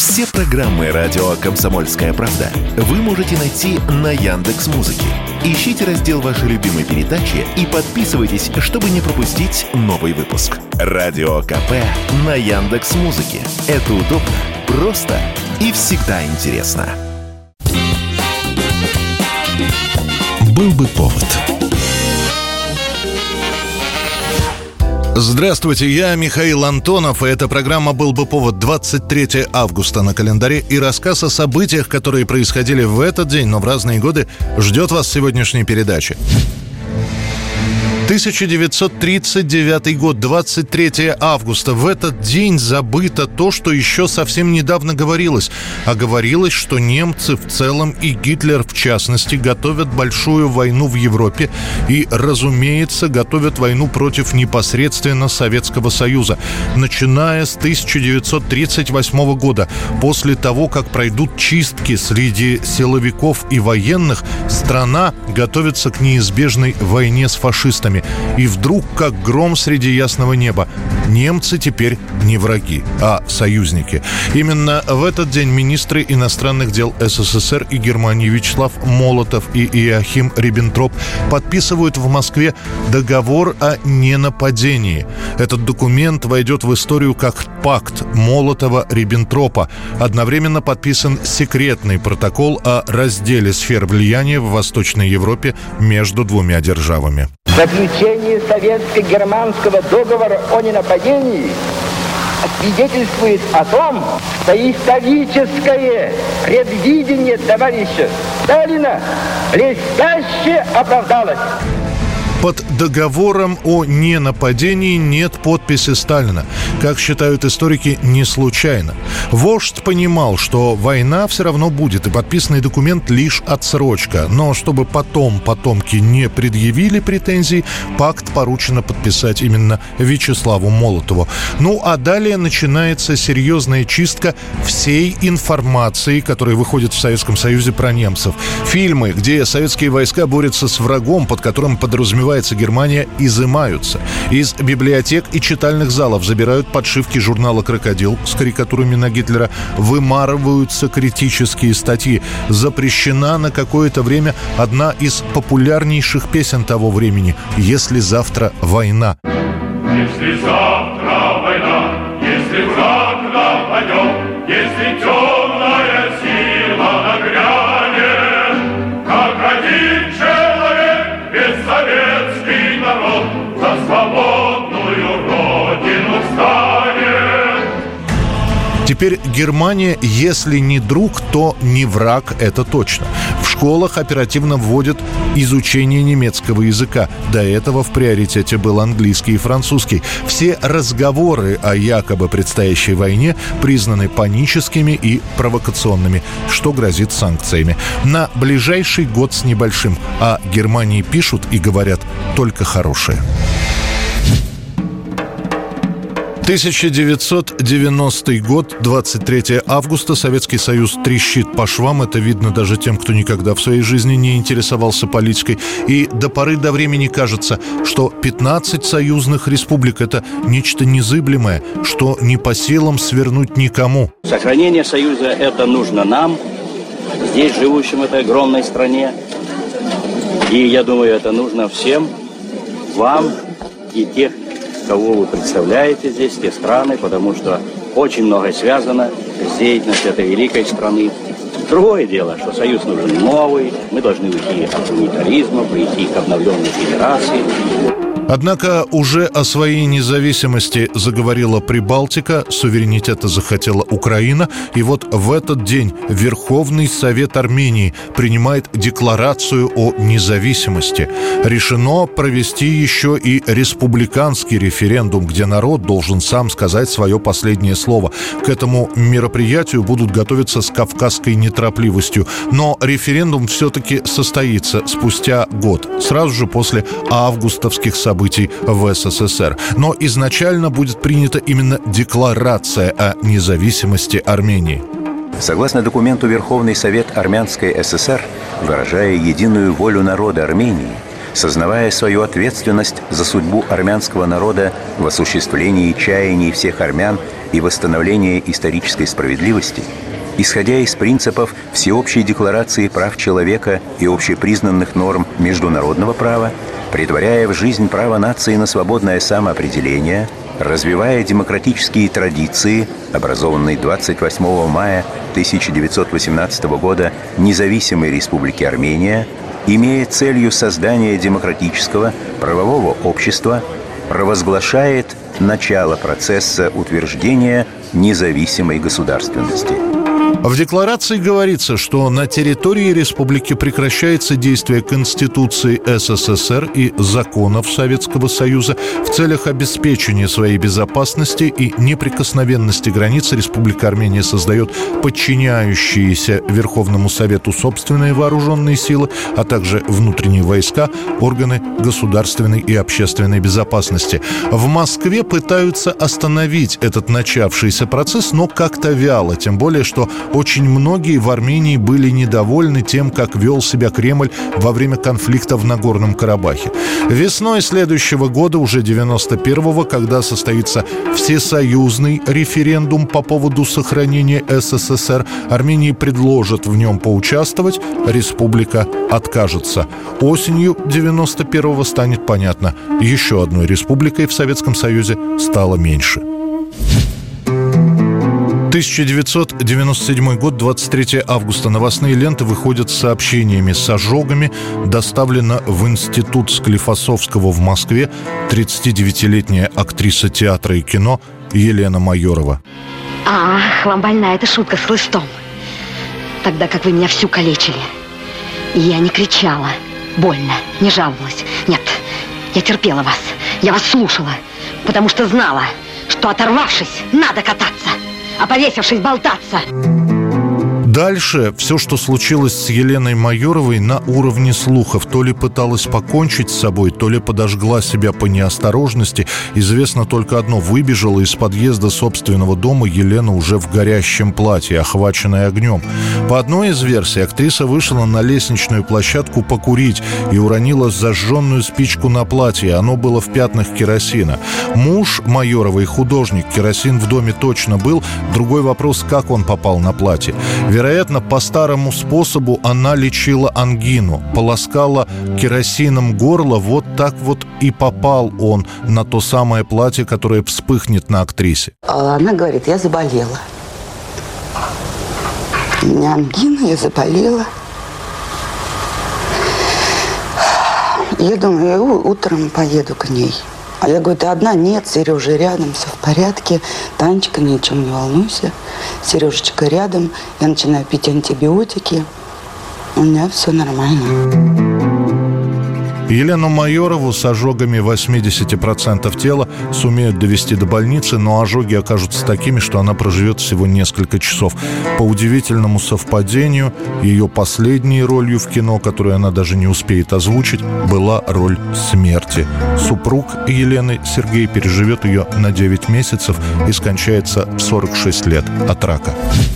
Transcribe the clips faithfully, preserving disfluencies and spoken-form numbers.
Все программы радио «Комсомольская правда» вы можете найти на Яндекс.Музыке. Ищите раздел вашей любимой передачи и подписывайтесь, чтобы не пропустить новый выпуск. Радио КП на Яндекс.Музыке. Это удобно, просто и всегда интересно. Был бы повод. Здравствуйте, я Михаил Антонов, и эта программа «Был бы повод». Двадцать третьего августа на календаре, и рассказ о событиях, которые происходили в этот день, но в разные годы, ждет вас в сегодняшней передаче. тысяча девятьсот тридцать девятый год, двадцать третьего августа. В этот день забыто то, что еще совсем недавно говорилось. А говорилось, что немцы в целом и Гитлер в частности готовят большую войну в Европе и, разумеется, готовят войну против непосредственно Советского Союза. Начиная с тысяча девятьсот тридцать восьмого года, после того, как пройдут чистки среди силовиков и военных, страна готовится к неизбежной войне с фашистами. И вдруг, как гром среди ясного неба, немцы теперь не враги, а союзники. Именно в этот день министры иностранных дел СССР и Германии Вячеслав Молотов и Иоахим Риббентроп подписывают в Москве договор о ненападении. Этот документ войдет в историю как пакт Молотова-Риббентропа. Одновременно подписан секретный протокол о разделе сфер влияния в Восточной Европе между двумя державами. Заключение советско-германского договора о ненападении свидетельствует о том, что историческое предвидение товарища Сталина блестяще оправдалось. Под договором о ненападении нет подписи Сталина. Как считают историки, не случайно. Вождь понимал, что война все равно будет, и подписанный документ лишь отсрочка. Но чтобы потом потомки не предъявили претензий, пакт поручено подписать именно Вячеславу Молотову. Ну а далее начинается серьезная чистка всей информации, которая выходит в Советском Союзе про немцев. Фильмы, где советские войска борются с врагом, под которым подразумевается Германия, изымаются. Из библиотек и читальных залов забирают подшивки журнала «Крокодил» с карикатурами на Гитлера, вымарываются критические статьи. Запрещена на какое-то время одна из популярнейших песен того времени «Если завтра война». Если завтра война, если враг нападет, если темная сила нагрянет, как один человек бессоветский народ за свободную родину встанет. Теперь Германия, если не друг, то не враг, это точно. В школах оперативно вводят изучение немецкого языка. До этого в приоритете был английский и французский. Все разговоры о якобы предстоящей войне признаны паническими и провокационными, что грозит санкциями. На ближайший год с небольшим. А Германии пишут и говорят только хорошее. тысяча девятьсот девяностый год, двадцать третьего августа. Советский Союз трещит по швам. Это видно даже тем, кто никогда в своей жизни не интересовался политикой. И до поры до времени кажется, что пятнадцать союзных республик — это нечто незыблемое, что не по силам свернуть никому. Сохранение Союза — это нужно нам, здесь живущим в этой огромной стране. И я думаю, это нужно всем вам и тех, кого вы представляете здесь, те страны, потому что очень многое связано с деятельностью этой великой страны. Другое дело, что Союз нужен новый, мы должны уйти от унитаризма, прийти к обновленной федерации. Однако уже о своей независимости заговорила Прибалтика, суверенитета захотела Украина, и вот в этот день Верховный Совет Армении принимает декларацию о независимости. Решено провести еще и республиканский референдум, где народ должен сам сказать свое последнее слово. К этому мероприятию будут готовиться с кавказской неторопливостью, но референдум все-таки состоится спустя год, сразу же после августовских событий событий в СССР. Но изначально будет принята именно декларация о независимости Армении. Согласно документу, Верховный Совет Армянской ССР, выражая единую волю народа Армении, сознавая свою ответственность за судьбу армянского народа в осуществлении чаяний всех армян и восстановления исторической справедливости, исходя из принципов Всеобщей декларации прав человека и общепризнанных норм международного права, претворяя в жизнь право нации на свободное самоопределение, развивая демократические традиции, образованной двадцать восьмого мая тысяча девятьсот восемнадцатого года Независимой Республики Армения, имея целью создания демократического правового общества, провозглашает начало процесса утверждения независимой государственности. В декларации говорится, что на территории республики прекращается действие Конституции СССР и законов Советского Союза в целях обеспечения своей безопасности и неприкосновенности границ. Республика Армения создает подчиняющиеся Верховному Совету собственные вооруженные силы, а также внутренние войска, органы государственной и общественной безопасности. В Москве пытаются остановить этот начавшийся процесс, но как-то вяло, тем более, что очень многие в Армении были недовольны тем, как вел себя Кремль во время конфликта в Нагорном Карабахе. Весной следующего года, уже девяносто первого, когда состоится всесоюзный референдум по поводу сохранения СССР, Армении предложат в нем поучаствовать, республика откажется. Осенью девяносто первого станет понятно, еще одной республикой в Советском Союзе стало меньше. тысяча девятьсот девяносто седьмой год, двадцать третьего августа. Новостные ленты выходят с сообщениями с ожогами. Доставлена в институт Склифосовского в Москве тридцатидевятилетняя актриса театра и кино Елена Майорова. Ах, вам больна эта шутка с хлыстом. Тогда как вы меня всю калечили. Я не кричала, больно, не жаловалась. Нет, я терпела вас, я вас слушала, потому что знала, что оторвавшись, надо кататься, а повесившись, болтаться. Дальше все, что случилось с Еленой Майоровой, на уровне слухов. То ли пыталась покончить с собой, то ли подожгла себя по неосторожности. Известно только одно: выбежала из подъезда собственного дома Елена уже в горящем платье, охваченная огнем. По одной из версий, актриса вышла на лестничную площадку покурить и уронила зажженную спичку на платье. Оно было в пятнах керосина. Муж Майоровой, художник, керосин в доме точно был. Другой вопрос, как он попал на платье. Вероятно, по старому способу она лечила ангину, полоскала керосином горло, вот так вот и попал он на то самое платье, которое вспыхнет на актрисе. Она говорит: я заболела. У меня ангина, я заболела. Я думаю, я утром поеду к ней. А я говорю: ты одна? Нет, Сережа рядом, все в порядке. Танечка, ни о чем не волнуйся. Сережечка рядом. Я начинаю пить антибиотики. У меня все нормально. Елену Майорову с ожогами восемьдесят процентов тела сумеют довести до больницы, но ожоги окажутся такими, что она проживет всего несколько часов. По удивительному совпадению, ее последней ролью в кино, которую она даже не успеет озвучить, была роль смерти. Супруг Елены, Сергей, переживет ее на девять месяцев и скончается в сорок шесть лет от рака.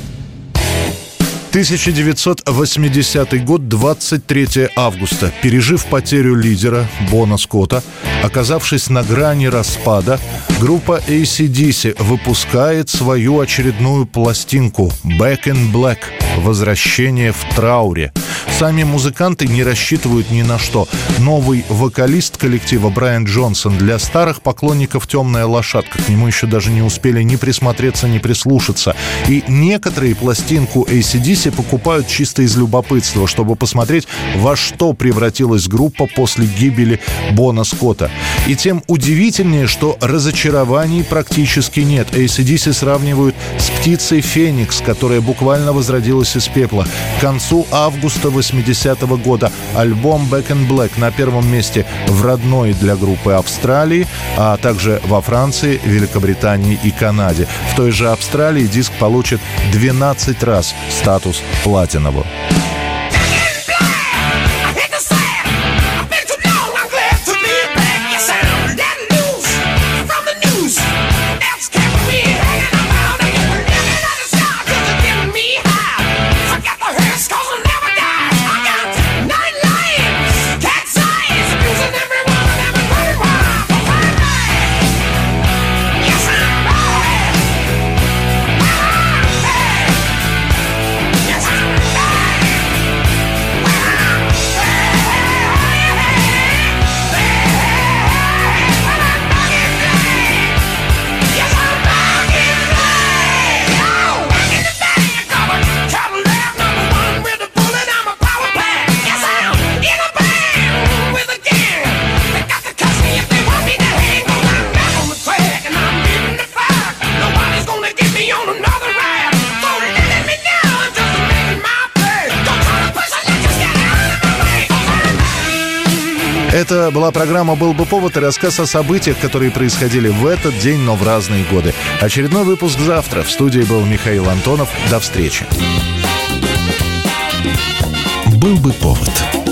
тысяча девятьсот восьмидесятый год, двадцать третьего августа. Пережив потерю лидера Бона Скотта, оказавшись на грани распада, группа эй си ди си выпускает свою очередную пластинку «Back in Black» – «Возвращение в трауре». Сами музыканты не рассчитывают ни на что. Новый вокалист коллектива Брайан Джонсон для старых поклонников темная лошадка. К нему еще даже не успели ни присмотреться, ни прислушаться. И некоторые пластинку эй си ди си покупают чисто из любопытства, чтобы посмотреть, во что превратилась группа после гибели Бона Скотта. И тем удивительнее, что разочарований практически нет. эй си ди си сравнивают с птицей Феникс, которая буквально возродилась из пепла. К концу августа восьмидесятого года альбом «Back in Black» на первом месте в родной для группы Австралии, а также во Франции, Великобритании и Канаде. В той же Австралии диск получит двенадцать раз статус платинового. Это была программа «Был бы повод» и рассказ о событиях, которые происходили в этот день, но в разные годы. Очередной выпуск завтра. В студии был Михаил Антонов. До встречи. «Был бы повод».